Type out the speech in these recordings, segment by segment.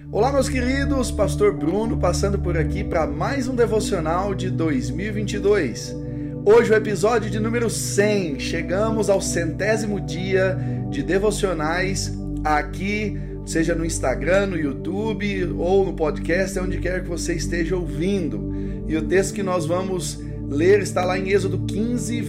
Olá, meus queridos, Pastor Bruno passando por aqui para mais um devocional de 2022. Hoje o episódio de número 100, chegamos ao 100º dia de devocionais aqui, seja no Instagram, no YouTube ou no podcast, onde quer que você esteja ouvindo. E o texto que nós vamos ler está lá em Êxodo 15,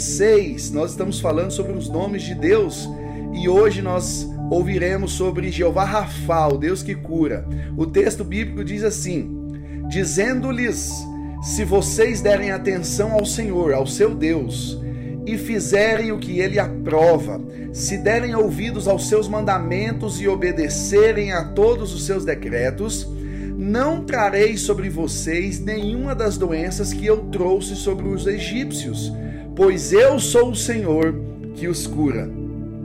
26. Nós estamos falando sobre os nomes de Deus e hoje nós ouviremos sobre Jeová Rafá, o Deus que cura. O texto bíblico diz assim: dizendo-lhes, se vocês derem atenção ao Senhor, ao seu Deus, e fizerem o que ele aprova, se derem ouvidos aos seus mandamentos e obedecerem a todos os seus decretos, não trarei sobre vocês nenhuma das doenças que eu trouxe sobre os egípcios, pois eu sou o Senhor que os cura.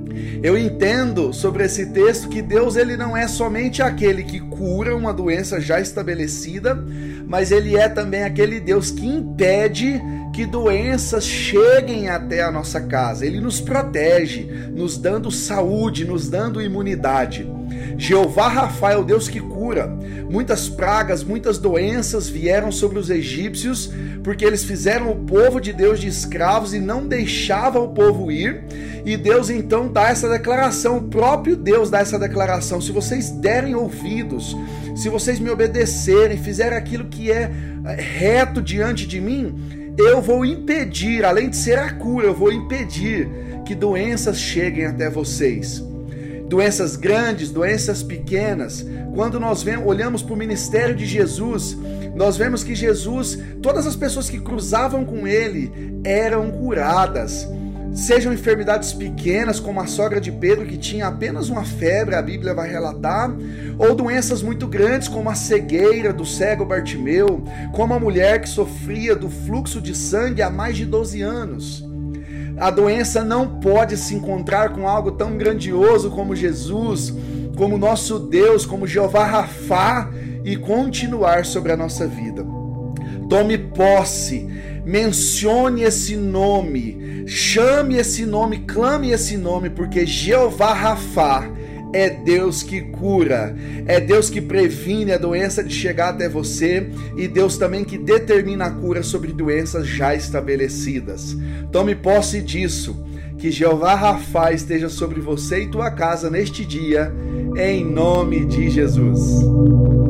Eu entendo sobre esse texto que Deus ele não é somente aquele que cura uma doença já estabelecida, mas ele é também aquele Deus que impede que doenças cheguem até a nossa casa. Ele nos protege, nos dando saúde, nos dando imunidade. Jeová Rafá é o Deus que cura. Muitas pragas, muitas doenças vieram sobre os egípcios porque eles fizeram o povo de Deus de escravos e não deixavam o povo ir. E Deus então dá essa declaração, o próprio Deus dá essa declaração: se vocês derem ouvidos, se vocês me obedecerem, fizerem aquilo que é reto diante de mim, eu vou impedir, além de ser a cura, eu vou impedir que doenças cheguem até vocês. Doenças grandes, doenças pequenas. Quando nós olhamos para o ministério de Jesus, nós vemos que Jesus, todas as pessoas que cruzavam com ele eram curadas. Sejam enfermidades pequenas, como a sogra de Pedro, que tinha apenas uma febre, a Bíblia vai relatar, ou doenças muito grandes, como a cegueira do cego Bartimeu, como a mulher que sofria do fluxo de sangue há mais de 12 anos. A doença não pode se encontrar com algo tão grandioso como Jesus, como nosso Deus, como Jeová Rafá, e continuar sobre a nossa vida. Tome posse, mencione esse nome, chame esse nome, clame esse nome, porque Jeová Rafá é Deus que cura, é Deus que previne a doença de chegar até você e Deus também que determina a cura sobre doenças já estabelecidas. Tome posse disso, que Jeová Rafá esteja sobre você e tua casa neste dia, em nome de Jesus.